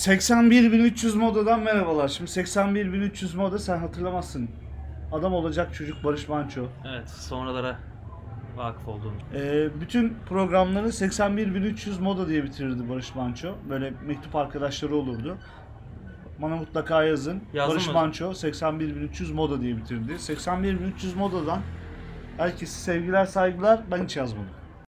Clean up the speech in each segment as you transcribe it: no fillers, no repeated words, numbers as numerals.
81.300 Moda'dan merhabalar. Şimdi 81.300 Moda sen hatırlamazsın. Adam olacak çocuk Barış Manço. Evet, sonralara vakıf olduğum. Bütün programları 81.300 Moda diye bitirirdi Barış Manço. Böyle mektup arkadaşları olurdu. Bana mutlaka yazın. Yazdın Barış mı? Manço 81.300 Moda diye bitirdi. 81.300 Moda'dan herkese sevgiler saygılar. Ben hiç yazmadım.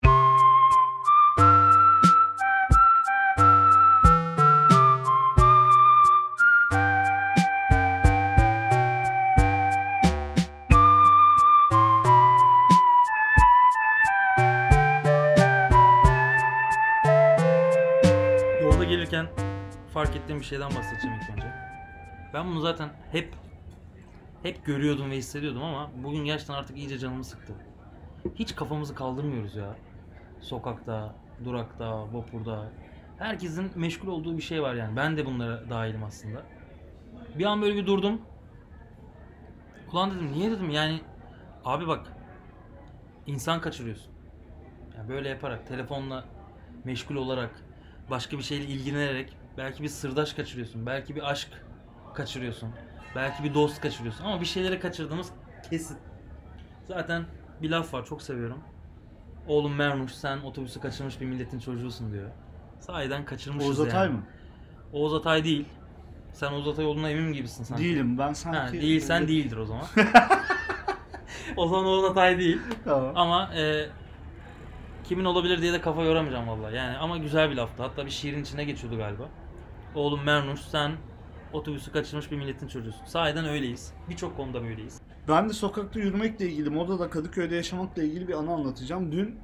Yolda gelirken fark ettiğim bir şeyden bahsedeceğim ilk önce. Ben bunu zaten hep görüyordum ve hissediyordum ama bugün gerçekten artık iyice canımı sıktı. Hiç kafamızı kaldırmıyoruz ya. Sokakta, durakta, vapurda. Herkesin meşgul olduğu bir şey var yani. Ben de bunlara dahilim aslında. Bir an böyle bir durdum. Ulan dedim, niye dedim yani. Abi bak, insan kaçırıyorsun. Yani böyle yaparak, telefonla meşgul olarak, başka bir şeyle ilgilenerek belki bir sırdaş kaçırıyorsun, belki bir aşk kaçırıyorsun, belki bir dost kaçırıyorsun ama bir şeylere kaçırdığımız kesin. Zaten bir laf var, çok seviyorum. Oğlum Mernuş, sen otobüsü kaçırmış bir milletin çocuğusun diyor. Sahiden kaçırmışız Oğuz yani. Atay mı? Oğuz Atay değil. Sen Oğuz Atay olduğuna emin gibisin sanki. Değilim. Ben Ha, sanki... değilsen değildir o zaman. O zaman Oğuz Atay değil. Tamam. Ama kimin olabilir diye de kafa yoramayacağım vallahi. Yani ama güzel bir laftı. Hatta bir şiirin içine geçiyordu galiba. Oğlum Mernuş, sen otobüsü kaçırmış bir milletin çocuğusun. Sahiden öyleyiz. Birçok konuda böyleyiz. Ben de sokakta yürümekle ilgili, Moda'da Kadıköy'de yaşamakla ilgili bir anı anlatacağım. Dün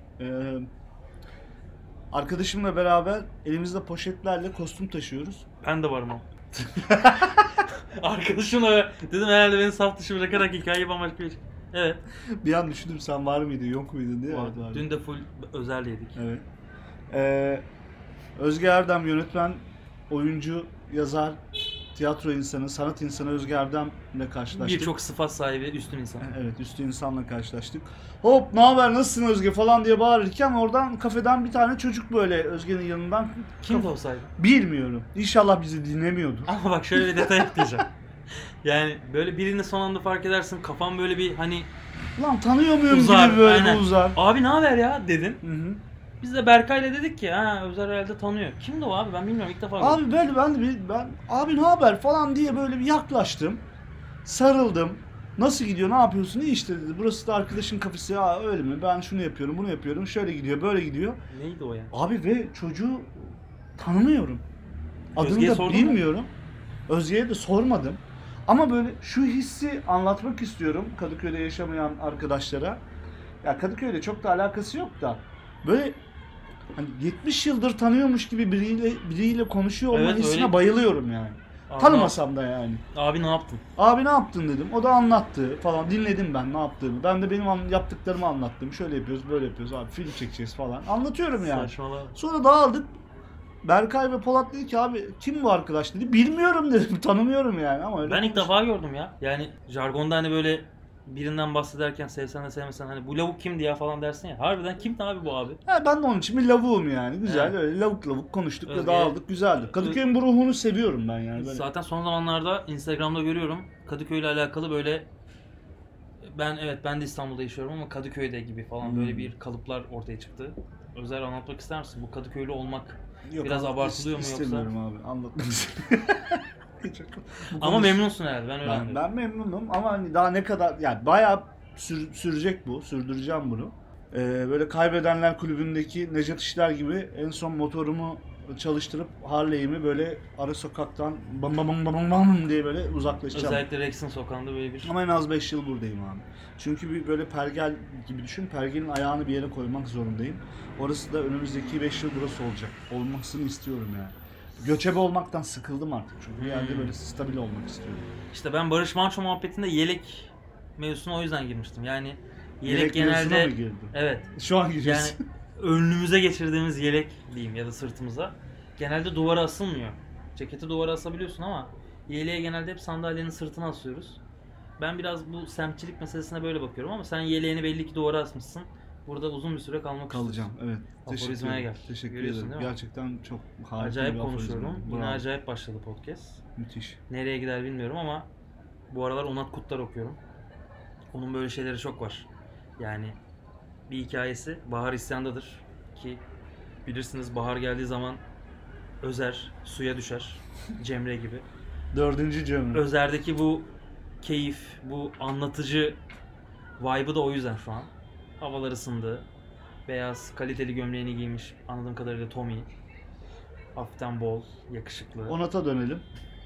arkadaşımla beraber elimizde poşetlerle kostüm taşıyoruz. Ben de varım o. Arkadaşımla dedim herhalde beni saf dışı bırakarak hikayeyi bambaşka bir şey. Evet. Bir an düşündüm sen var mıydın yok muydun diye. Var. Evet, vardı. Dün de full özel yedik. Evet. Özge Erdem yönetmen, oyuncu, yazar, tiyatro insanı, sanat insanı Özge Erdem'le karşılaştık. Birçok sıfat sahibi üstün insan. Evet, üstü insanla karşılaştık. Hop, ne haber, nasılsın Özge falan diye bağırırken oradan kafeden bir tane çocuk böyle Özge'nin yanından. Kimdi o sahibi? Bilmiyorum. İnşallah bizi dinlemiyordur. Ama bak şöyle bir detay ekleyeceğim. Yani böyle birini son anda fark edersin, kafan böyle bir hani Lan tanıyor muyum uzar, gibi böyle aynen. uzar. Abi ne haber ya dedin. Hı hı. Biz de Berkay'la dedik ki ha Özer herhalde tanıyor. Kimdi o abi, ben bilmiyorum, ilk defa gördüm. Abi böyle ben abi ne haber falan diye böyle bir yaklaştım. Sarıldım. Nasıl gidiyor, ne yapıyorsun? İyi işte dedi. Burası da arkadaşın kafesi. Ya öyle mi? Ben şunu yapıyorum, bunu yapıyorum. Şöyle gidiyor, böyle gidiyor. Neydi o yani? Abi ve çocuğu tanımıyorum. Adını Özge'ye da sordun mu? bilmiyorum. Özge'ye de sormadım. Ama böyle şu hissi anlatmak istiyorum Kadıköy'de yaşamayan arkadaşlara. Ya Kadıköy'de çok da alakası yok da böyle hani 70 yıldır tanıyormuş gibi biriyle konuşuyor olma Evet, hissine öyle. bayılıyorum yani. Abi, Tanımasam da yani. Abi ne yaptın? Abi ne yaptın dedim. O da anlattı falan. Dinledim ben ne yaptığımı. Ben de benim yaptıklarımı anlattım. Şöyle yapıyoruz, böyle yapıyoruz abi. Film çekeceğiz falan. Anlatıyorum yani. Saçmalama. Sonra dağıldık. Berkay ve Polat dedi ki abi kim bu arkadaş dedi. Bilmiyorum dedim. Tanımıyorum yani ama öyle. Ben ilk defa gördüm ya. Yani jargonda hani böyle birinden bahsederken sevsen de sevmesen hani bu lavuk kimdi ya falan dersin ya. Harbiden kimdi abi bu abi? Ha, ben de onun için bir lavuğum yani. Güzel Evet. öyle lavuk konuştuk ve Özge- dağıldık. Güzeldi. Kadıköy'ün bu ruhunu seviyorum ben yani. Böyle. Zaten son zamanlarda Instagram'da görüyorum. Kadıköy ile alakalı böyle ben de İstanbul'da yaşıyorum ama Kadıköy'de gibi falan böyle bir kalıplar ortaya çıktı. Özel anlatmak ister misin? Bu Kadıköylü olmak Yok, biraz abartılıyor mu yoksa? İstemiyorum abi. Anlatmak Ama memnunsun herhalde. Ben öyle Ben, anlıyorum. ben memnunum ama hani daha ne kadar yani bayağı sürecek bu. Sürdüreceğim bunu. Böyle Kaybedenler Kulübü'ndeki Nejat İşler gibi en son motorumu çalıştırıp Harley'imi böyle ara sokaktan bam bam bam bam bam diye böyle uzaklaşacağım. Özellikle Rex'in sokağında böyle bir... Ama en az 5 yıl buradayım abi. Çünkü bir böyle pergel gibi düşün. Pergelin ayağını bir yere koymak zorundayım. Orası da önümüzdeki 5 yıl burası olacak. Olmasını istiyorum yani. Göçebe olmaktan sıkıldım artık. Çünkü bir yerde böyle stabil olmak istiyorum. İşte ben Barış Manço muhabbetinde yelek mevzusuna o yüzden girmiştim. Yani yelek mevzusuna genelde... mı girdin? Evet. Şu an Yani giriyorsun. önlüğümüze geçirdiğimiz yelek diyeyim ya da sırtımıza genelde duvara asılmıyor. Ceketi duvara asabiliyorsun ama yeleğe genelde hep sandalyenin sırtına asıyoruz. Ben biraz bu semtçilik meselesine böyle bakıyorum ama sen yeleğini belli ki duvara asmışsın. Burada uzun bir süre kalmak Kalacağım. Evet. Aforizmaya gel. Teşekkür Görüyorsun ederim. değil mi? Gerçekten çok harika Acayip bir konuşuyorum. aforizma. Yine Bravo. acayip başladı podcast. Müthiş. Nereye gider bilmiyorum ama bu aralar Onat Kutlar okuyorum. Onun böyle şeyleri çok var. Yani bir hikayesi Bahar İsyan'dadır ki bilirsiniz bahar geldiği zaman Özer suya düşer. Cemre gibi. 4. cümle. Özer'deki bu keyif, bu anlatıcı vibe'ı da o yüzden şu an. Havalar ısındı. Beyaz kaliteli gömleğini giymiş. Anladığım kadarıyla Tommy. Hafiften bol, yakışıklı. Onat'a dönelim.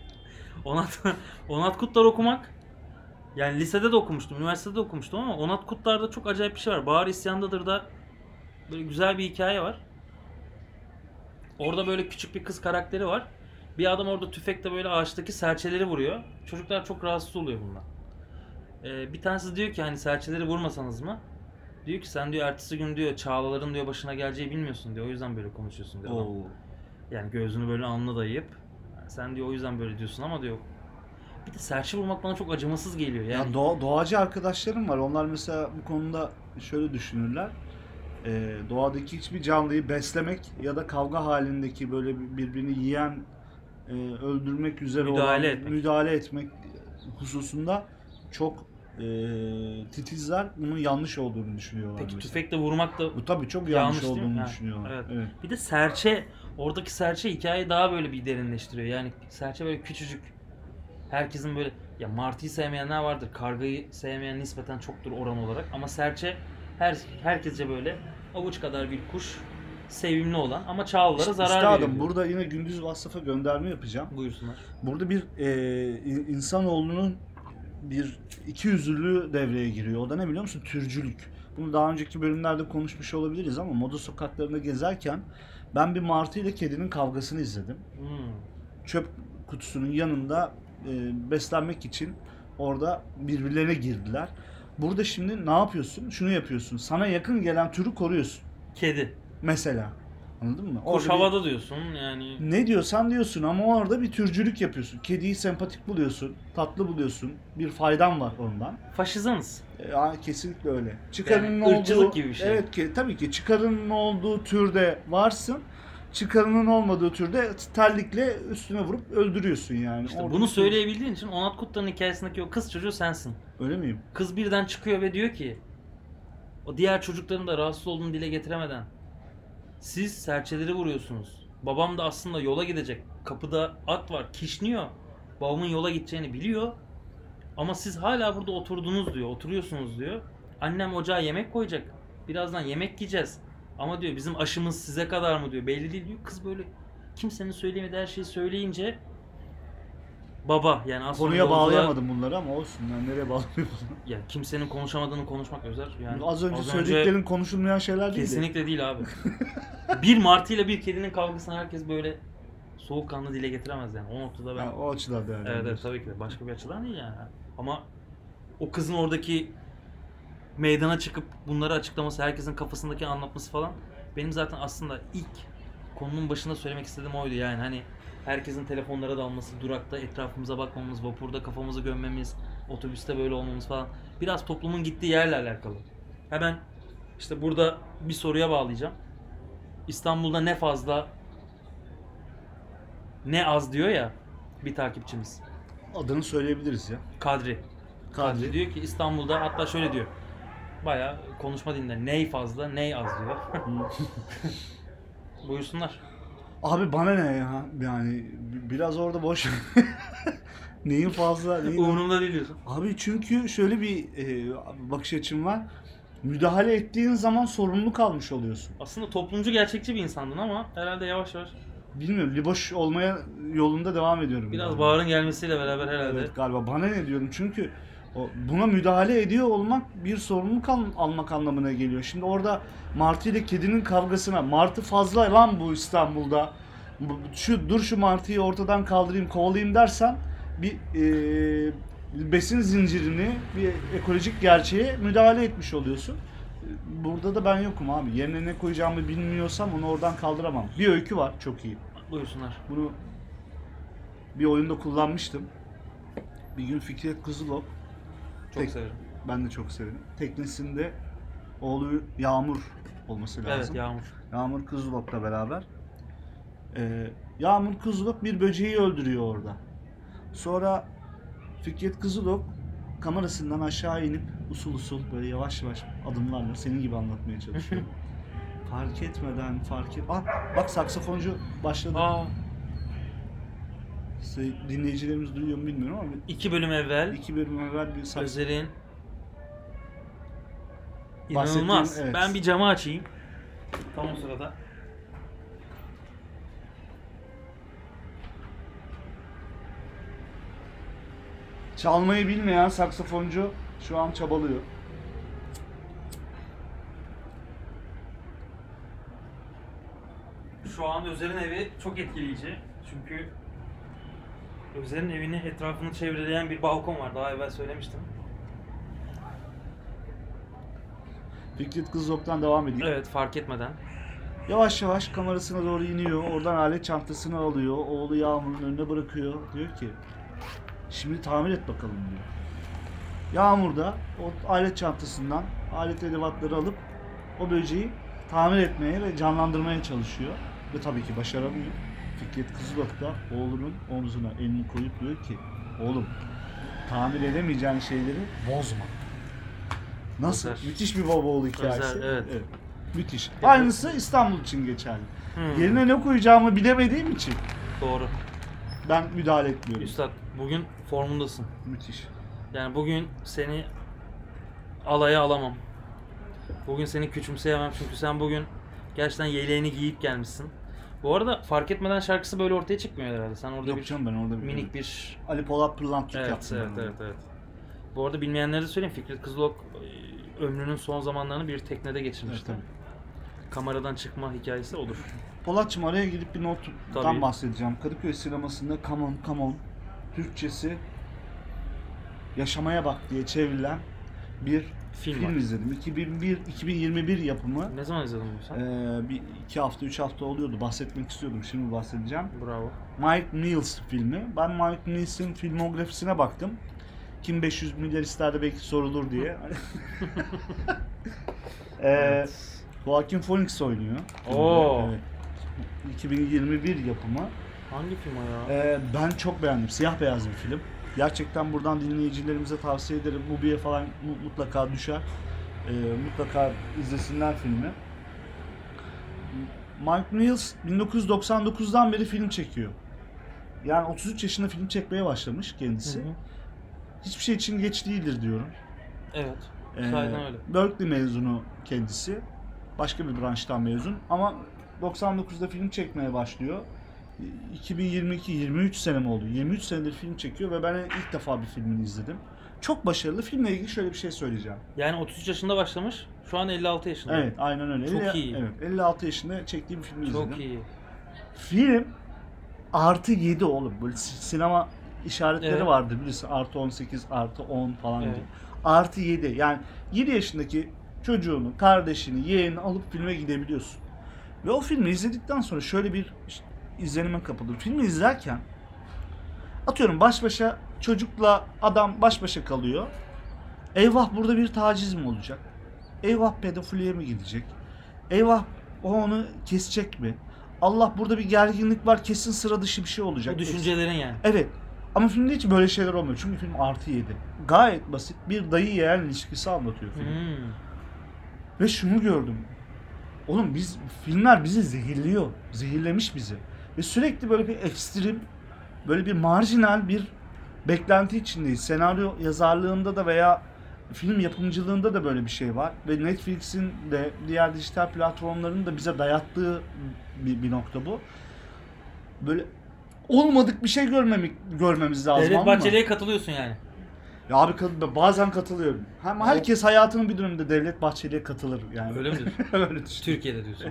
Onat Kutlar okumak, yani lisede de okumuştum, üniversitede de okumuştum ama Onat Kutlar'da çok acayip bir şey var. Bahar İsyan'dadır da böyle güzel bir hikaye var. Orada böyle küçük bir kız karakteri var. Bir adam orada tüfekle böyle ağaçtaki serçeleri vuruyor. Çocuklar çok rahatsız oluyor bundan. Bir tanesi diyor ki hani serçeleri vurmasanız mı? Diyor ki sen diyor ertesi gün diyor çağlaların diyor başına geleceği bilmiyorsun diyor. O yüzden böyle konuşuyorsun diyor. Adam. Oo. Yani gözünü böyle alnına dayayıp sen diyor o yüzden böyle diyorsun ama diyor bir de serçe vurmak bana çok acımasız geliyor. Yani Ya doğacı arkadaşlarım var. Onlar mesela bu konuda şöyle düşünürler. Doğadaki hiçbir canlıyı beslemek ya da kavga halindeki böyle birbirini yiyen, öldürmek üzere müdahale etmek hususunda çok titizler. Bunun yanlış olduğunu düşünüyorlar. peki mesela. tüfekle vurmak da Bu tabii çok yanlış yanlış değil mi? olduğunu Ha, düşünüyorlar. evet. Evet. Bir de serçe, oradaki serçe hikayeyi daha böyle bir derinleştiriyor. Yani serçe böyle küçücük. Herkesin böyle ya martıyı sevmeyenler vardır. Kargayı sevmeyen nispeten çoktur oran olarak ama serçe herkesce böyle avuç kadar bir kuş. Sevimli olan ama çağlılara zarar Üstadım, veriyor. burada yine Gündüz Vassaf'a gönderme yapacağım. Buyursunlar. Burada bir insanoğlunun bir ikiyüzlülüğü devreye giriyor. O da ne biliyor musun? Türcülük. Bunu daha önceki bölümlerde konuşmuş olabiliriz ama moda sokaklarında gezerken ben bir martı ile kedinin kavgasını izledim. Çöp kutusunun yanında beslenmek için orada birbirlerine girdiler. Burada şimdi ne yapıyorsun? Şunu yapıyorsun. Sana yakın gelen türü koruyorsun. Kedi. Mesela. Anladın mı? Kuş Orada bir- havada diyorsun yani. ne diyorsan diyorsun ama orada bir türcülük yapıyorsun. Kediyi sempatik buluyorsun, tatlı buluyorsun. Bir faydan var ondan. Faşizanız. Kesinlikle öyle. Çıkarının Yani olduğu ırkçılık gibi bir şey. Evet ki tabii ki çıkarının olduğu türde varsın. Çıkarının olmadığı türde terlikle üstüne vurup öldürüyorsun yani. İşte Orada bunu bir- söyleyebildiğin için Onat Kutlar'ın hikayesindeki o kız çocuğu sensin. Öyle miyim? Kız birden çıkıyor ve diyor ki o diğer çocukların da rahatsız olduğunu dile getiremeden siz serçeleri vuruyorsunuz. Babam da aslında yola gidecek. Kapıda at var, kişniyor. Babamın yola gideceğini biliyor. Ama siz hala burada oturdunuz diyor. Oturuyorsunuz diyor. Annem ocağa yemek koyacak. Birazdan yemek yiyeceğiz. Ama diyor bizim aşımız size kadar mı diyor. Belli değil diyor. Kız böyle kimsenin söyleyemediği her şeyi söyleyince baba yani aslında Konuya bağlayamadım bunları ama olsun. Yani nereye bağlayayım? yani kimsenin konuşamadığını konuşmak özel. Yani Az önce söylediklerin konuşulmayan şeyler değil de. kesinlikle değil abi. Bir martı ile bir kedinin kavgasını herkes böyle soğukkanlı dile getiremez yani. O noktada ben O açıdan yani. evet tabii ki de başka bir açıdan değil yani. Ama o kızın oradaki meydana çıkıp bunları açıklaması, herkesin kafasındaki anlatması falan benim zaten aslında ilk konunun başında söylemek istediğim oydu yani hani herkesin telefonlara dalması, durakta etrafımıza bakmamız, vapurda kafamızı gömmemiz, otobüste böyle olmamız falan biraz toplumun gittiği yerle alakalı. Hemen işte burada bir soruya bağlayacağım. İstanbul'da ne fazla ne az diyor ya bir takipçimiz. Adını söyleyebiliriz ya. Kadri. Kadri. Diyor ki İstanbul'da hatta şöyle diyor. Bayağı konuşma dilinde ney fazla ney az diyor. Buyursunlar. Abi bana ne ya? Yani biraz orada boş. Neyin fazla, neyin... Umurumda değil diyorsun. Abi çünkü şöyle bir bakış açım var. Müdahale ettiğin zaman sorumluluk almış oluyorsun. Aslında toplumcu gerçekçi bir insandın ama herhalde yavaş yavaş Bilmiyorum, liboş olmaya yolunda devam ediyorum. biraz yani. Bahar'ın gelmesiyle beraber herhalde. Evet galiba. Bana ne diyorum çünkü buna müdahale ediyor olmak bir sorumluluk almak anlamına geliyor. Şimdi orada Martı ile kedinin kavgasına, Martı fazla lan bu İstanbul'da, şu Martıyı ortadan kaldırayım kovalayayım dersen bir besin zincirini, bir ekolojik gerçeğe müdahale etmiş oluyorsun. Burada da ben yokum abi. Yerine ne koyacağımı bilmiyorsam onu oradan kaldıramam. Bir öykü var çok iyi. Buyursunlar. Bunu bir oyunda kullanmıştım. Bir gün Fikret Kızılok, Çok severim. ben de çok severim. Teknesinde oğlu Yağmur olması lazım. Evet, Yağmur. Yağmur Kızılok'la beraber. Yağmur Kızılok bir böceği öldürüyor orada. Sonra Fikret Kızılok kamerasından aşağı inip usul usul böyle yavaş yavaş adımlarla senin gibi anlatmaya çalışıyor. Fark etmeden bak saksafoncu başladı. Aa, Dinleyicilerimiz duyuyor mu bilmiyorum ama 2 bölüm evvel 2 bölüm evvel bir Özer'in Bahsettiğim, inanılmaz. evet. Ben bir camı açayım. Tam o sırada. çalmayı bilmeyen saksafoncu şu an çabalıyor. Şu an Özer'in evi çok etkileyici. Çünkü Özer'in evini etrafını çevreleyen bir balkon var. Daha evvel söylemiştim. Fikret Kızılok'tan devam edeyim. Evet, fark etmeden. Yavaş yavaş kamerasına doğru iniyor. Oradan alet çantasını alıyor. Oğlu Yağmur'un önüne bırakıyor. Diyor ki şimdi tamir et bakalım diyor. Yağmur da o alet çantasından alet edevatları alıp o böceği tamir etmeye ve canlandırmaya çalışıyor. Ve tabii ki başaramıyor. Fikret Kızılok da oğlunun omzuna elini koyup diyor ki oğlum tamir edemeyeceğin şeyleri bozma. Nasıl? Özer. Müthiş bir baba oğlu hikayesi. Özer, evet. Müthiş. Aynısı İstanbul için geçerli. Hmm. Yerine ne koyacağımı bilemediğim için Doğru. ben müdahale etmiyorum. Üstad, bugün formundasın. Müthiş. Yani bugün seni alaya alamam. Bugün seni küçümseyemem çünkü sen bugün gerçekten yeleğini giyip gelmişsin. Bu arada fark etmeden şarkısı böyle ortaya çıkmıyor herhalde. Sen orada Yok bir canım, ben orada bir minik bir... Ali Polat Pırlant Türk Evet, yaptım. evet, ben evet, orada. evet. Bu arada bilmeyenlere de söyleyeyim. Fikret Kızılok ömrünün son zamanlarını bir teknede geçirmişti. Evet, Kameradan çıkma hikayesi odur. Polatçım, araya gidip bir nottan Tabii. bahsedeceğim. Kadıköy sinemasında Come On Come On Türkçesi Yaşamaya Bak diye çevrilen bir Film film var. izledim. 2021 yapımı. Ne zaman izledin bunu sen? Bir 2 hafta 3 hafta oluyordu. Bahsetmek istiyordum. Şimdi bahsedeceğim. Bravo. Mike Mills filmi. Ben Mike Mills'in filmografisine baktım. Kim 500 milyar ister de belki sorulur diye. Joaquin Phoenix oynuyor. Oo. Evet. 2021 yapımı. Hangi film o ya? Ben çok beğendim. Siyah beyaz bir film. Gerçekten buradan dinleyicilerimize tavsiye ederim. Mubi'ye falan mutlaka düşer. Mutlaka izlesinler filmi. Mike Mills 1999'dan beri film çekiyor. Yani 33 yaşında film çekmeye başlamış kendisi. Hı hı. Hiçbir şey için geç değildir diyorum. Evet. Sahiden öyle. Berkeley mezunu kendisi. Başka bir branştan mezun. Ama 99'da film çekmeye başlıyor. 2022, 23 sene mi oldu? 23 senedir film çekiyor ve ben ilk defa bir filmini izledim. Çok başarılı. Filmle ilgili şöyle bir şey söyleyeceğim. Yani 33 yaşında başlamış, şu an 56 yaşında. Evet, aynen öyle. Çok iyi. Evet, 56 yaşında çektiğim bir filmi izledim. Çok iyi. Film +7 oğlum. Böyle sinema işaretleri Evet. vardır bilirsin. +18, +10 falan Evet. diye. +7. Yani 7 yaşındaki çocuğunu, kardeşini, yeğenini alıp filme gidebiliyorsun. Ve o filmi izledikten sonra şöyle bir izlenime kapıldım. Filmi izlerken atıyorum baş başa çocukla adam baş başa kalıyor. Eyvah, burada bir taciz mi olacak? Eyvah, pedofiliye mi gidecek? Eyvah, o onu kesecek mi? Allah, burada bir gerginlik var, kesin sıra dışı bir şey olacak. Bu düşüncelerin yani. Evet. Ama filmde hiç böyle şeyler olmuyor. Çünkü film +7. Gayet basit bir dayı yeğen ilişkisi anlatıyor film. Ve şunu gördüm. Oğlum filmler bizi zehirliyor. Zehirlemiş bizi. Ve sürekli böyle bir ekstrem, böyle bir marjinal bir beklenti içindeyiz. Senaryo yazarlığında da veya film yapımcılığında da böyle bir şey var. Ve Netflix'in de diğer dijital platformların da bize dayattığı bir nokta bu. Böyle olmadık bir şey görmemiz lazım. Devlet ama Bahçeli'ye katılıyorsun yani. ya abi, bazen katılıyorum. Ama herkes hayatının bir döneminde Devlet Bahçeli'ye katılır yani. Öyle mi diyorsun? Öyle düşünüyorum. Türkiye'de diyorsun.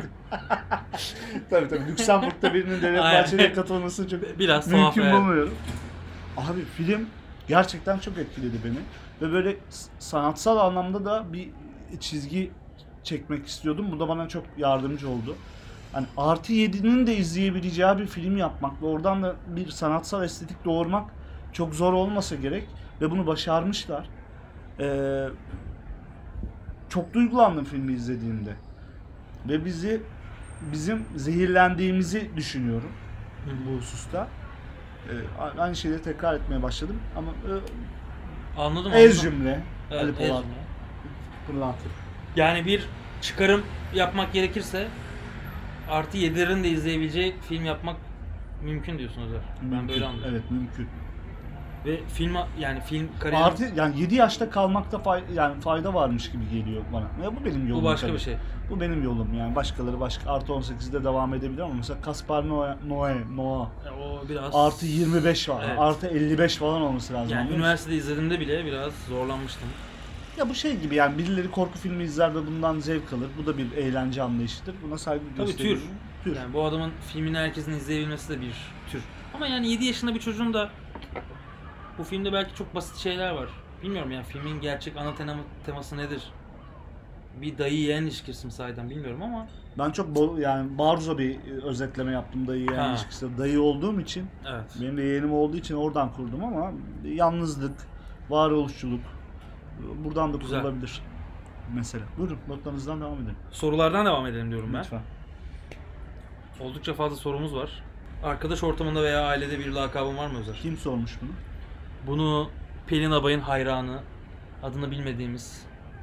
Tabii. Lüksemburg'da birinin Devlet Aynen. Bahçeli'ye katılmasını çok Biraz tuhaf. mümkün Evet. bulmuyorum. Abi film gerçekten çok etkiledi beni. Ve böyle sanatsal anlamda da bir çizgi çekmek istiyordum. Bu da bana çok yardımcı oldu. Hani +7'nin de izleyebileceği bir film yapmak ve oradan da bir sanatsal estetik doğurmak çok zor olmasa gerek ve bunu başarmışlar. çok duygulandım filmi izlediğimde. Ve bizim zehirlendiğimizi düşünüyorum bu hususta. Aynı şeyleri tekrar etmeye başladım ama Anladım. ez cümle Evet, Ali ez Polat cümle. pırlantı. Yani bir çıkarım yapmak gerekirse artı 7'lerin de izleyebileceği film yapmak mümkün diyorsun Özer. Ben Mümkün. böyle anladım. Evet, mümkün. Ve film kariyeri Artı yani 7 yaşta kalmakta fayda varmış gibi geliyor bana. Ya bu benim yolum. bu başka tabii. bir şey. Bu benim yolum yani. Başkaları artı 18'de devam edebilir ama mesela Gaspar Noé O biraz artı 25 var. Evet. Artı 55 falan olması lazım. yani anlıyor musun? üniversitede izlediğimde bile biraz zorlanmıştım. Ya bu şey gibi yani birileri korku filmi izler ve bundan zevk alır. Bu da bir eğlence anlayışıdır. Buna saygı Tabii gösteriyorum. tür. Yani bu adamın filmini herkesin izleyebilmesi de bir tür. Ama yani 7 yaşında bir çocuğun da bu filmde belki çok basit şeyler var. Bilmiyorum yani filmin gerçek ana teması nedir? Bir dayı yeğen ilişkisi mi sahiden bilmiyorum ama Ben çok yani barzo bir özetleme yaptım dayı yeğen Ha. ilişkisi. Dayı olduğum için, evet. benim de yeğenim olduğu için oradan kurdum ama yalnızlık, varoluşçuluk buradan da Güzel. kurulabilir mesela. Buyurun notlarınızdan devam edelim. Sorulardan devam edelim diyorum ben. Lütfen. Oldukça fazla sorumuz var. Arkadaş ortamında veya ailede bir lakabın var mı Özer? Kim sormuş bunu? Bunu Pelin Abay'ın hayranı, adını bilmediğimiz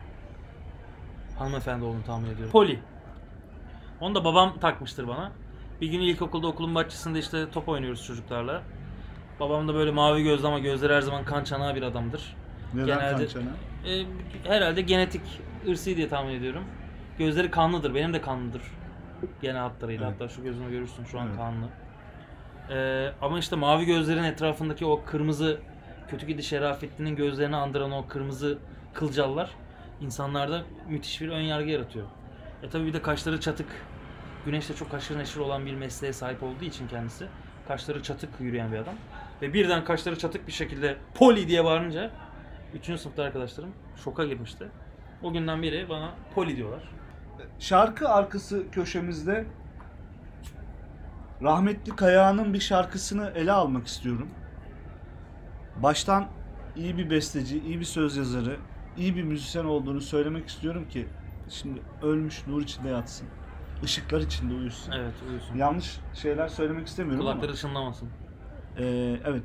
hanımefendi olduğunu tahmin ediyorum. Poli. Onu da babam takmıştır bana. Bir gün ilkokulda okulun bahçesinde işte top oynuyoruz çocuklarla. Babam da böyle mavi gözlü ama gözleri her zaman kan çanağı bir adamdır. Neden Genelde- kançana? Herhalde genetik, ırsi diye tahmin ediyorum. Gözleri kanlıdır, benim de kanlıdır. Gene hatlarıyla, Evet. hatta şu gözümü görürsün şu an Evet. kanlı. Ama işte mavi gözlerin etrafındaki o kırmızı, kötü gidi Şerafettin'in gözlerini andıran o kırmızı kılcallar insanlarda müthiş bir ön yargı yaratıyor. Tabi bir de kaşları çatık, güneşte çok haşır neşir olan bir mesleğe sahip olduğu için kendisi, kaşları çatık yürüyen bir adam. Ve birden kaşları çatık bir şekilde Poli diye bağırınca 3. sınıfta arkadaşlarım şoka girmişti. O günden beri bana Poli diyorlar. Şarkı arkası köşemizde rahmetli Kayağan'ın bir şarkısını ele almak istiyorum. Baştan iyi bir besteci, iyi bir söz yazarı, iyi bir müzisyen olduğunu söylemek istiyorum ki şimdi ölmüş, nur içinde yatsın. Işıklar içinde uyusun. Evet, uyusun. Yanlış şeyler söylemek istemiyorum Kulakları ama. ışınlamasın. Evet.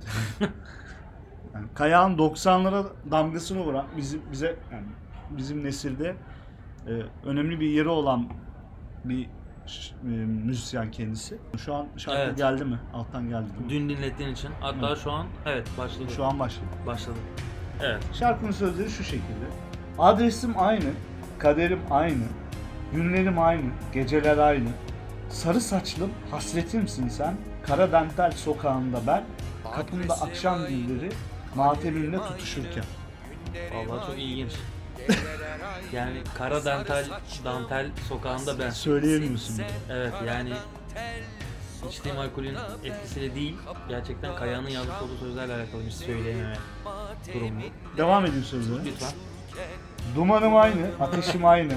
Yani Kayağan 90'lara damgasını vuran bize yani bizim nesilde önemli bir yeri olan bir müzisyen kendisi. Şu an şarkı Evet. geldi mi? Alttan geldi değil mi? Dün dinlettiğin için. Hatta Evet. şu an evet başladı. Şu an başladı. Başladı. Evet. Şarkının sözleri şu şekilde. Adresim aynı, kaderim aynı, günlerim aynı, geceler aynı. Sarı saçlım hasretimsin sen, kara dantel sokağında ben, kapımda akşam gülleri matemimle tutuşurken. Vallahi çok ilginç. Yani kara dantel sokağında ben. Söyleyemiyorsun bile. Evet yani içtiğim alkolün etkisiyle değil, gerçekten Kaya'nın yazmış olduğu sözlerle alakalı bir söyleyememe durumu. Devam edeyim sözleri. Lütfen. Dumanım aynı, ateşim aynı.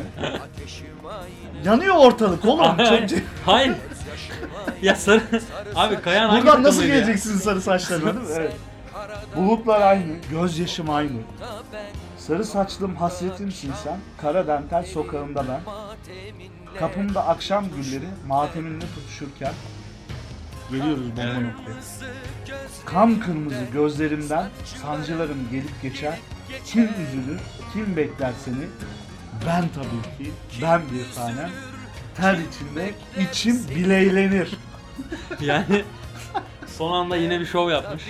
Yanıyor ortalık oğlum. Çok... Hayır. Ya sarı... Abi Kayan hangi Buradan nasıl takımlıydı ya? geleceksin sarı saçlarına değil mi? Evet. Bulutlar aynı, gözyaşım aynı. Sarı saçlım hasretimsin sen, kara dantel sokağında ben. Kapımda akşam gülleri matemimle tutuşurken. Geliyoruz bomba noktaya. Kan kırmızı gözlerimden sancılarım gelip geçer. Kim üzülür, kim bekler seni? Ben tabii ki, ben bir tanem. Ter içinde içim bileylenir. Yani son anda yine bir şov yapmış.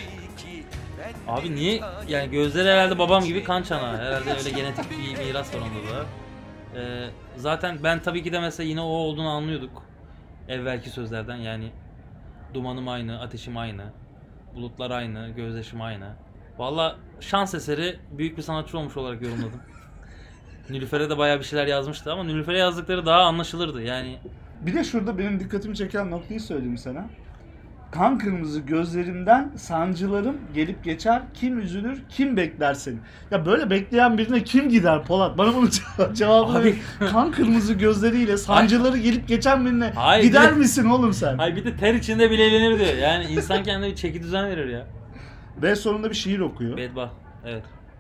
Abi niye? Yani gözleri herhalde babam gibi kan çanağı. Herhalde öyle genetik bir miras var onda da. Zaten ben tabii ki de mesela yine o olduğunu anlıyorduk. Evvelki sözlerden yani dumanım aynı, ateşim aynı, bulutlar aynı, gözyaşım aynı. Valla şans eseri büyük bir sanatçı olmuş olarak yorumladım. Nilüfer'e de bayağı bir şeyler yazmıştı ama Nilüfer'e yazdıkları daha anlaşılırdı yani. Bir de şurada benim dikkatimi çeken noktayı söyleyeyim sana. Kan kırmızı gözlerimden sancılarım gelip geçer. Kim üzülür, kim bekler seni? Ya böyle bekleyen birine kim gider Polat? Bana bunun cevabını Abi- ver. Kan kırmızı gözleriyle sancıları gelip geçen birine Hayır, gider bir de- misin oğlum sen? Ay bir de ter içinde bile eğlenir diyor. Yani insan kendine bir çeki düzen verir ya. Ve sonunda bir şiir okuyor. Bedbaht. Evet.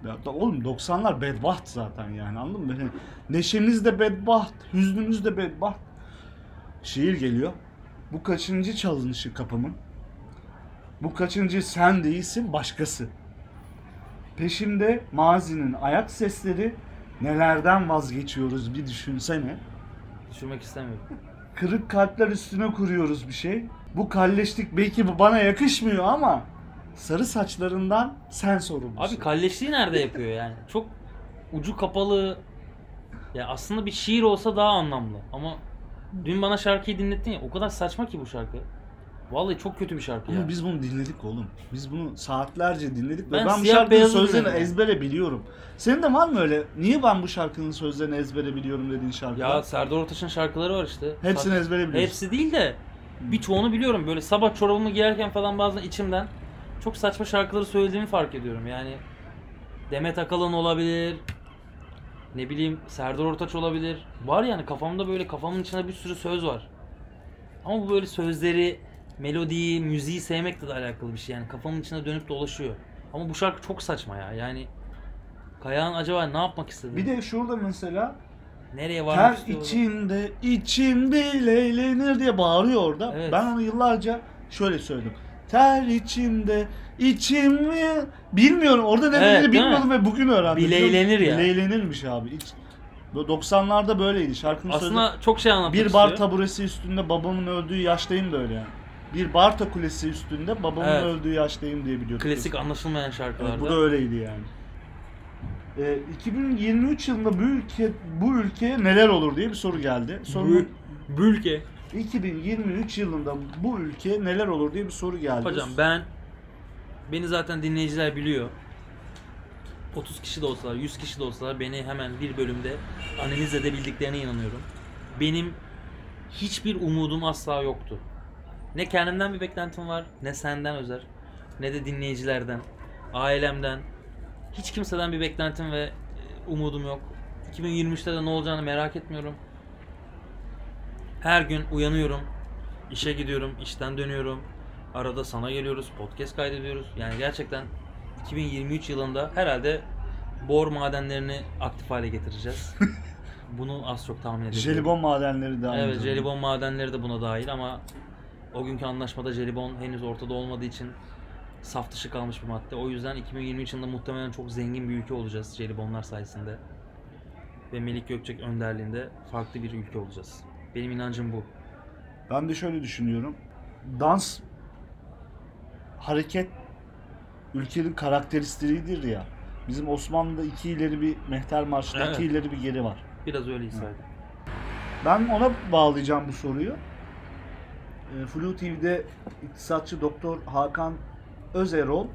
Ya oğlum 90'lar bedbaht zaten yani, anladın mı? Böyle neşemiz de bedbaht, hüznümüz de bedbaht. Şiir geliyor. Bu kaçıncı çalınışı kapımın? Bu kaçıncı sen değilsin başkası. Peşimde mazinin ayak sesleri, nelerden vazgeçiyoruz bir düşünsene. Düşünmek istemiyorum. Kırık kalpler üstüne kuruyoruz bir şey. Bu kalleşlik belki bu bana yakışmıyor ama sarı saçlarından sen sorumlusun. Abi kalleşliği nerede yapıyor yani? Çok ucu kapalı. Ya aslında bir şiir olsa daha anlamlı. Ama dün bana şarkıyı dinlettin ya. O kadar saçma ki bu şarkı. Vallahi çok kötü bir şarkı ya. Ama biz bunu dinledik oğlum. Biz bunu saatlerce dinledik ve Ben ben bu siyah şarkının beyazı sözlerini dinledim. ezbere biliyorum. Senin de var mı öyle? Niye ben bu şarkının sözlerini ezbere biliyorum dediğin şarkılar? Ya Serdar Ortaç'ın şarkıları var işte. Hepsini ezbere biliyorsun. Hepsi değil de birçoğunu biliyorum. Böyle sabah çorabımı giyerken falan bazen içimden çok saçma şarkıları söylediğimi fark ediyorum. Yani Demet Akalın olabilir. Ne bileyim Serdar Ortaç olabilir. Var yani kafamda böyle kafamın içinde bir sürü söz var. Ama bu böyle sözleri, melodiyi, müziği sevmekle de alakalı bir şey. Yani kafamın içinde dönüp dolaşıyor. Ama bu şarkı çok saçma ya. Yani Kayağan acaba ne yapmak istedi? Bir de şurada mesela Nereye varmak ter istiyor? içinde içim eğlenir diye bağırıyor orada. Evet. Ben onu yıllarca şöyle söyledim. Ter içimde içimi bilmiyorum. Orada ne Evet, dediğini değil bilmiyordum ve bugün öğrendim. Bileylenir ya. Bileylenirmiş abi. Böyle 90'larda böyleydi. Şarkının sözü. Aslında çok şey anlatmak Bir istiyor. bar taburesi üstünde babamın öldüğü yaştayım da öyle yani. Bir Barta kulesi üstünde babamın Evet. öldüğü yaştayım diye biliyorduk. Klasik anlaşılmayan şarkılarda. Bu da öyleydi yani. 2023 yılında bu ülkeye neler olur diye bir soru geldi. Sorunun Bülke. 2023 yılında bu ülkeye neler olur diye bir soru geldi. Hocam beni zaten dinleyiciler biliyor. 30 kişi de olsalar, 100 kişi de olsalar beni hemen bir bölümde analiz edebildiklerine inanıyorum. Benim hiçbir umudum asla yoktu. Ne kendimden bir beklentim var, ne senden Özer, ne de dinleyicilerden, ailemden. Hiç kimseden bir beklentim ve umudum yok. 2023'te de ne olacağını merak etmiyorum. Her gün uyanıyorum, işe gidiyorum, işten dönüyorum. Arada sana geliyoruz, podcast kaydediyoruz. Yani gerçekten 2023 yılında herhalde bor madenlerini aktif hale getireceğiz. Bunu az çok tahmin ediyorum. Jelibon madenleri de aynı Evet, zamanda. jelibon madenleri de buna dahil ama o günkü anlaşmada jelibon henüz ortada olmadığı için saf dışı kalmış bir madde. O yüzden 2023 yılında muhtemelen çok zengin bir ülke olacağız jelibonlar sayesinde. Ve Melik Gökçek önderliğinde farklı bir ülke olacağız. Benim inancım bu. Ben de şöyle düşünüyorum. Dans, hareket ülkenin karakteristiğidir ya. Bizim Osmanlı'da iki ileri bir mehter marşında, Evet. iki ileri bir geri var. Biraz öyle hissederdim. Ben ona bağlayacağım bu soruyu. Flu TV'de iktisatçı Doktor Hakan Özerol,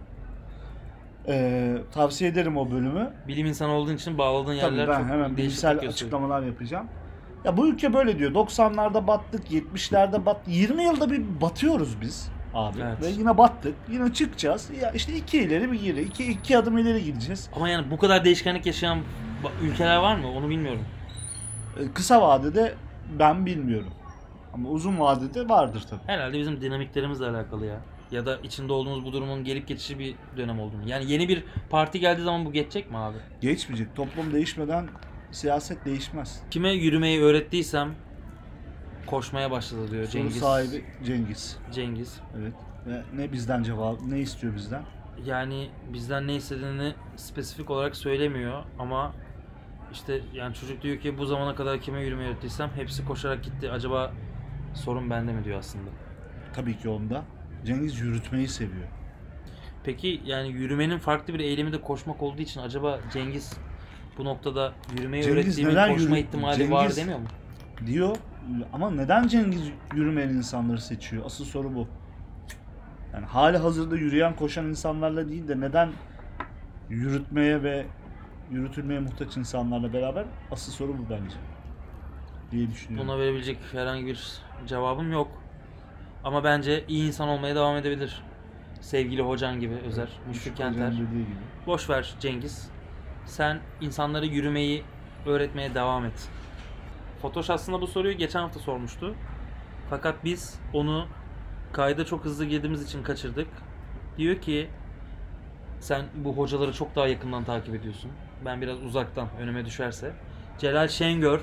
tavsiye ederim o bölümü. Bilim insanı olduğun için bağladığın Tabii yerler ben çok hemen değişik bilimsel gösteriyor. açıklamalar yapacağım. Ya bu ülke böyle diyor. 90'larda battık, 70'lerde battık. 20 yılda bir batıyoruz biz abi. Evet. Ve yine battık. Yine çıkacağız. Ya işte iki ileri bir geri. iki adım ileri gideceğiz. Ama yani bu kadar değişkenlik yaşayan ülkeler var mı? Onu bilmiyorum. Kısa vadede ben bilmiyorum. Ama uzun vadede vardır tabii. Herhalde bizim dinamiklerimizle alakalı ya. Ya da içinde olduğumuz bu durumun gelip geçici bir dönem olduğunu. Yani yeni bir parti geldiği zaman bu geçecek mi abi? Geçmeyecek. Toplum değişmeden siyaset değişmez. Kime yürümeyi öğrettiysem koşmaya başladı diyor Soru Cengiz. sahibi Cengiz. Cengiz. Evet. Ve ne bizden cevap, ne istiyor bizden? Yani bizden ne istediğini spesifik olarak söylemiyor ama işte yani çocuk diyor ki bu zamana kadar kime yürümeyi öğrettiysem hepsi koşarak gitti. Acaba sorun bende mi diyor aslında. Tabii ki onda. Cengiz yürütmeyi seviyor. Peki yani yürümenin farklı bir eylemi de koşmak olduğu için acaba Cengiz bu noktada yürümeyi Cengiz öğrettiğimin neden koşma yürü- ihtimali var Cengiz- demiyor mu? Diyor ama neden Cengiz yürümeyen insanları seçiyor? Asıl soru bu. Yani hali hazırda yürüyen koşan insanlarla değil de neden yürütmeye ve yürütülmeye muhtaç insanlarla beraber? Asıl soru bu bence. Diye düşünüyorum. Buna verebilecek herhangi bir cevabım yok. Ama bence iyi insan olmaya devam edebilir. Sevgili hocan gibi Özer, Müşfik Kenter. Hoca'nın dediği gibi. Boş ver Cengiz. Sen insanlara yürümeyi öğretmeye devam et. Fotoş aslında bu soruyu geçen hafta sormuştu. Fakat biz onu kayda çok hızlı girdiğimiz için kaçırdık. Diyor ki Sen bu hocaları çok daha yakından takip ediyorsun. Ben biraz uzaktan, önüme düşerse. Celal Şengör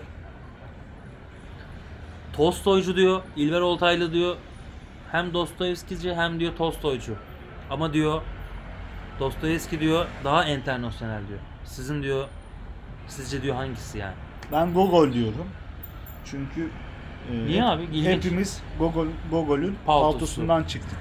Tolstoycu diyor, İlber Ortaylı diyor. Hem Dostoyevskici hem diyor Tolstoycu. Ama diyor Dostoyevski diyor daha internasyonel diyor. Sizin diyor, sizce diyor hangisi yani? Ben Gogol diyorum. Çünkü Niye abi? İlginç. hepimiz Gogol'ün Paltosu. paltosundan çıktık.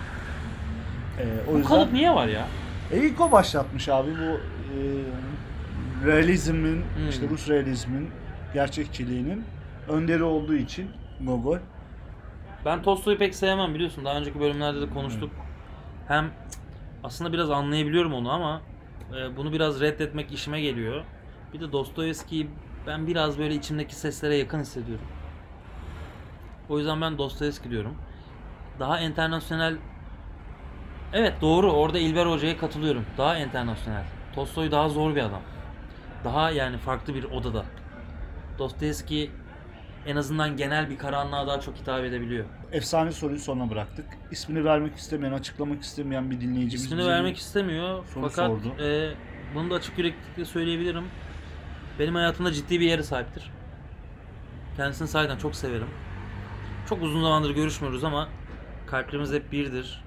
O Bu yüzden kalıp niye var ya? ilk o başlatmış abi bu realizmin, işte Rus realizmin gerçekçiliğinin önderi olduğu için Gogol. Ben Tolstoy'u pek sevmem biliyorsun. Daha önceki bölümlerde de konuştuk. Hem aslında biraz anlayabiliyorum onu ama bunu biraz reddetmek işime geliyor. Bir de Dostoyevski'yi ben biraz böyle içimdeki seslere yakın hissediyorum. O yüzden ben Dostoyevski diyorum. Daha internasyonel. Evet doğru, orada İlber Hoca'ya katılıyorum. Daha internasyonel. Tolstoy daha zor bir adam. Daha yani farklı bir odada. Dostoyevski en azından genel bir karanlığa daha çok hitap edebiliyor. Efsane soruyu sona bıraktık. İsmini vermek istemeyen, açıklamak istemeyen bir dinleyicimiz İsmini bize vermek bir istemiyor soru fakat sordu. bunu da açık yüreklilikle söyleyebilirim. Benim hayatımda ciddi bir yere sahiptir. Kendisini sahiden çok severim. Çok uzun zamandır görüşmüyoruz ama kalplerimiz hep birdir.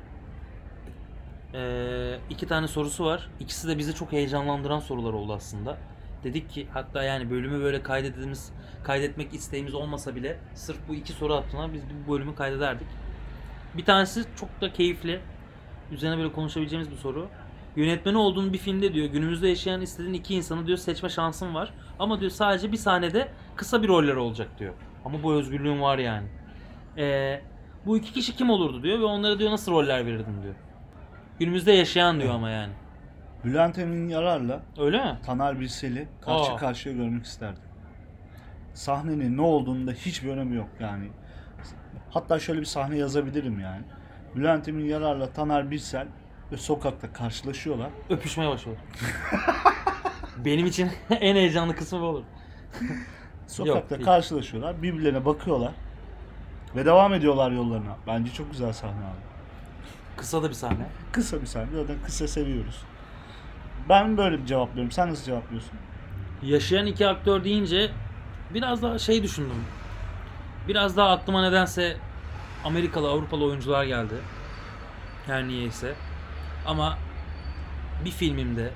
2 tane sorusu var. İkisi de bizi çok heyecanlandıran sorular oldu aslında. Dedik ki hatta yani bölümü böyle kaydetmek isteğimiz olmasa bile sırf bu 2 soru hattına biz bu bölümü kaydederdik. Bir tanesi çok da keyifli. Üzerine böyle konuşabileceğimiz bir soru. Yönetmeni olduğun bir filmde diyor günümüzde yaşayan istediğin 2 insanı diyor seçme şansın var. Ama diyor sadece bir sahnede kısa bir roller olacak diyor. Ama bu özgürlüğün var yani. Bu 2 kişi kim olurdu diyor ve onlara diyor nasıl roller verirdin diyor. Günümüzde yaşayan diyor ama yani. Bülent Emin Yarar'la Öyle mi? Taner Bilsel'i karşı Aa. karşıya görmek isterdim. Sahnenin ne olduğunda hiçbir önemi yok yani. Hatta şöyle bir sahne yazabilirim yani. Bülent Emin Yarar'la Taner Bilsel ve sokakta karşılaşıyorlar. Öpüşmeye başlıyor. Benim için en heyecanlı kısmı bu olur. Sokakta değil. karşılaşıyorlar, birbirlerine bakıyorlar ve devam ediyorlar yollarına. Bence çok güzel sahne abi. Kısa da bir sahne. Kısa bir sahne, zaten kısa seviyoruz. Ben böyle bir cevaplıyorum. Sen nasıl cevaplıyorsun? Yaşayan 2 aktör deyince biraz daha şey düşündüm. Biraz daha aklıma nedense Amerikalı, Avrupalı oyuncular geldi. Her niyeyse. Ama bir filmimde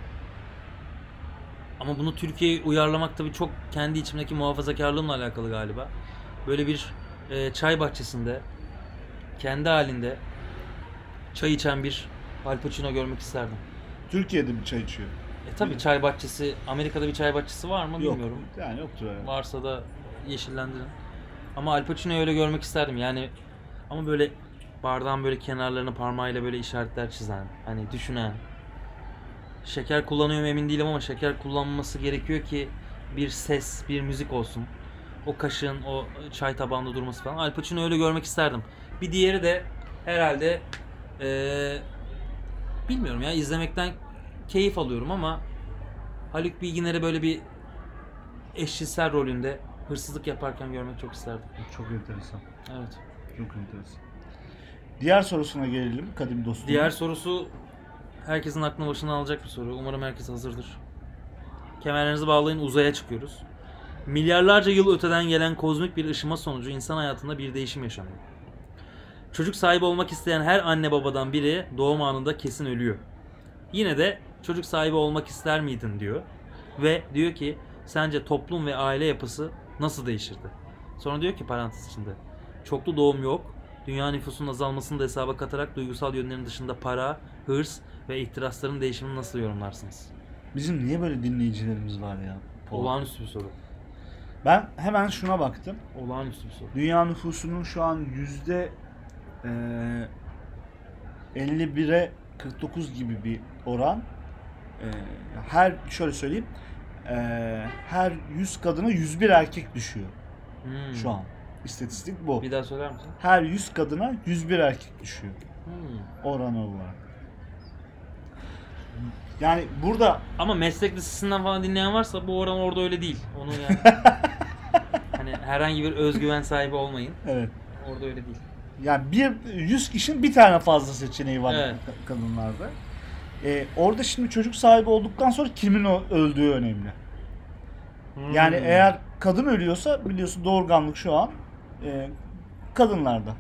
ama bunu Türkiye'ye uyarlamak tabii çok kendi içimdeki muhafazakarlığımla alakalı galiba. Böyle bir çay bahçesinde kendi halinde çay içen bir Al Pacino görmek isterdim. Türkiye'de bir çay içiyor. Tabii çay bahçesi, Amerika'da bir çay bahçesi var mı Yok. bilmiyorum. Yani yoktur herhalde. Varsa da yeşillendirin. Ama Al Pacino'yu öyle görmek isterdim. Yani ama böyle bardağın böyle kenarlarına parmağıyla böyle işaretler çizen, hani düşünen. Şeker kullanıyor mu emin değilim ama şeker kullanması gerekiyor ki bir ses, bir müzik olsun. O kaşığın o çay tabağında durması falan. Al Pacino'yu öyle görmek isterdim. Bir diğeri de herhalde bilmiyorum ya, izlemekten keyif alıyorum ama Haluk Bilginer'i böyle bir eşcinsel rolünde hırsızlık yaparken görmek çok isterdim. Çok enteresan. Evet. Çok enteresan. Diğer sorusuna gelelim kadim dostum. Diğer sorusu herkesin aklını başına alacak bir soru. Umarım herkes hazırdır. Kemerlerinizi bağlayın, uzaya çıkıyoruz. Milyarlarca yıl öteden gelen kozmik bir ışıma sonucu insan hayatında bir değişim yaşanıyor. Çocuk sahibi olmak isteyen her anne babadan biri doğum anında kesin ölüyor. Yine de çocuk sahibi olmak ister miydin diyor. Ve diyor ki sence toplum ve aile yapısı nasıl değişirdi? Sonra diyor ki parantez içinde çoklu doğum yok. Dünya nüfusunun azalmasını da hesaba katarak duygusal yönlerin dışında para, hırs ve ihtirasların değişimini nasıl yorumlarsınız? Bizim niye böyle dinleyicilerimiz var ya? Olağanüstü bir soru. Ben hemen şuna baktım. Olağanüstü bir soru. Dünya nüfusunun şu an %51'e 49 gibi bir oran. Şöyle söyleyeyim. Her 100 kadına 101 erkek düşüyor şu an. İstatistik bu. Bir daha söyler misin? Her 100 kadına 101 erkek düşüyor. Oran olarak. Yani burada Ama meslek lisesinden falan dinleyen varsa bu oran orada öyle değil. Onu yani hani herhangi bir özgüven sahibi olmayın. evet. Orada öyle değil. Yani 100 kişinin bir tane fazla seçeneği var Evet. kadınlarda. Orada şimdi çocuk sahibi olduktan sonra kimin öldüğü önemli. Yani eğer kadın ölüyorsa biliyorsun doğurganlık şu an kadınlarda.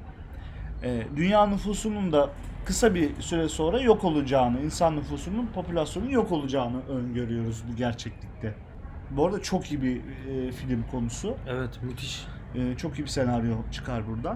Dünya nüfusunun da kısa bir süre sonra yok olacağını, insan nüfusunun, popülasyonun yok olacağını öngörüyoruz bu gerçeklikte. Bu arada çok iyi bir film konusu. Evet, müthiş. Çok iyi bir senaryo çıkar buradan.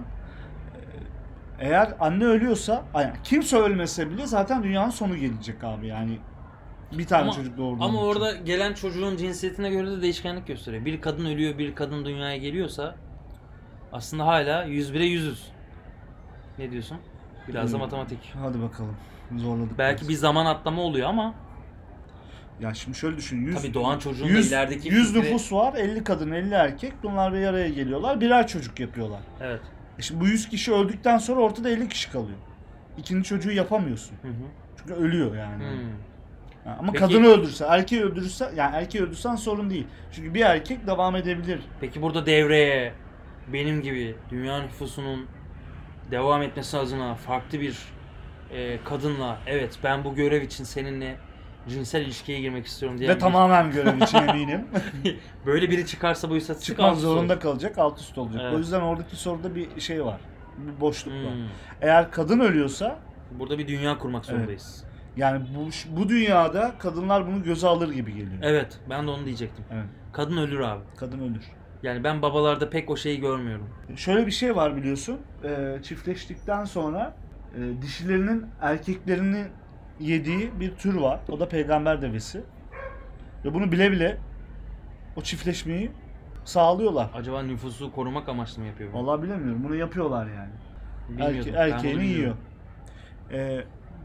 Eğer anne ölüyorsa, yani kimse ölmese bile zaten dünyanın sonu gelecek abi yani. Bir tane çocuk doğurduğun Ama için. orada gelen çocuğun cinsiyetine göre de değişkenlik gösteriyor. Bir kadın ölüyor, bir kadın dünyaya geliyorsa aslında hala 101'e 100'üz. Ne diyorsun? Biraz da matematik. Hadi bakalım. Zorladık. Belki biraz. bir zaman atlama oluyor ama Ya şimdi şöyle düşün. 100, tabii doğan çocuğun da 100, ilerideki 100 fikri- nüfus var. 50 kadın 50 erkek. Bunlar bir araya geliyorlar. Birer çocuk yapıyorlar. Evet. Şimdi bu 100 kişi öldükten sonra ortada 50 kişi kalıyor. İkinci çocuğu yapamıyorsun. Hı hı. Çünkü ölüyor yani. Ama Peki- kadını öldürse, erkeği öldürürse, yani erkeği öldürsen sorun değil. Çünkü bir erkek devam edebilir. Peki burada devreye benim gibi dünya nüfusunun devam etmesi adına farklı bir kadınla evet ben bu görev için seninle cinsel ilişkiye girmek istiyorum diye Ve tamamen görev için eminim. böyle biri çıkarsa bu istatistik Çıkmak alt üst zorunda olur. kalacak, alt üst olacak. Evet. O yüzden oradaki soruda bir şey var. Bir boşluk var. Hmm. Eğer kadın ölüyorsa, Burada bir dünya kurmak zorundayız. yani bu dünyada kadınlar bunu göze alır gibi geliyor. Evet, ben de onu diyecektim. Evet. Kadın ölür abi. Kadın ölür. Yani ben babalarda pek o şeyi görmüyorum. Şöyle bir şey var biliyorsun. Çiftleştikten sonra dişilerinin erkeklerini yediği bir tür var. O da peygamber devesi. Ve bunu bile bile o çiftleşmeyi sağlıyorlar. Acaba nüfusu korumak amaçlı mı yapıyor bunu? Vallahi bilemiyorum. Bunu yapıyorlar yani. Bilmiyordum. Ben Erkeğini bunu yiyor. bilmiyordum.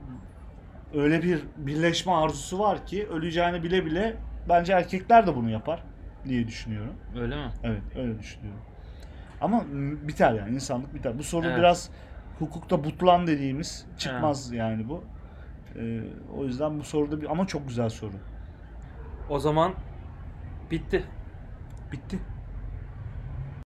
Öyle bir birleşme arzusu var ki öleceğini bile bile bence erkekler de bunu yapar diye düşünüyorum. Öyle mi? Evet, öyle düşünüyorum. Ama biter yani, insanlık biter. Bu soru Evet. biraz hukukta butlan dediğimiz çıkmaz yani bu. O yüzden bu soruda ama çok güzel soru. O zaman bitti. Bitti.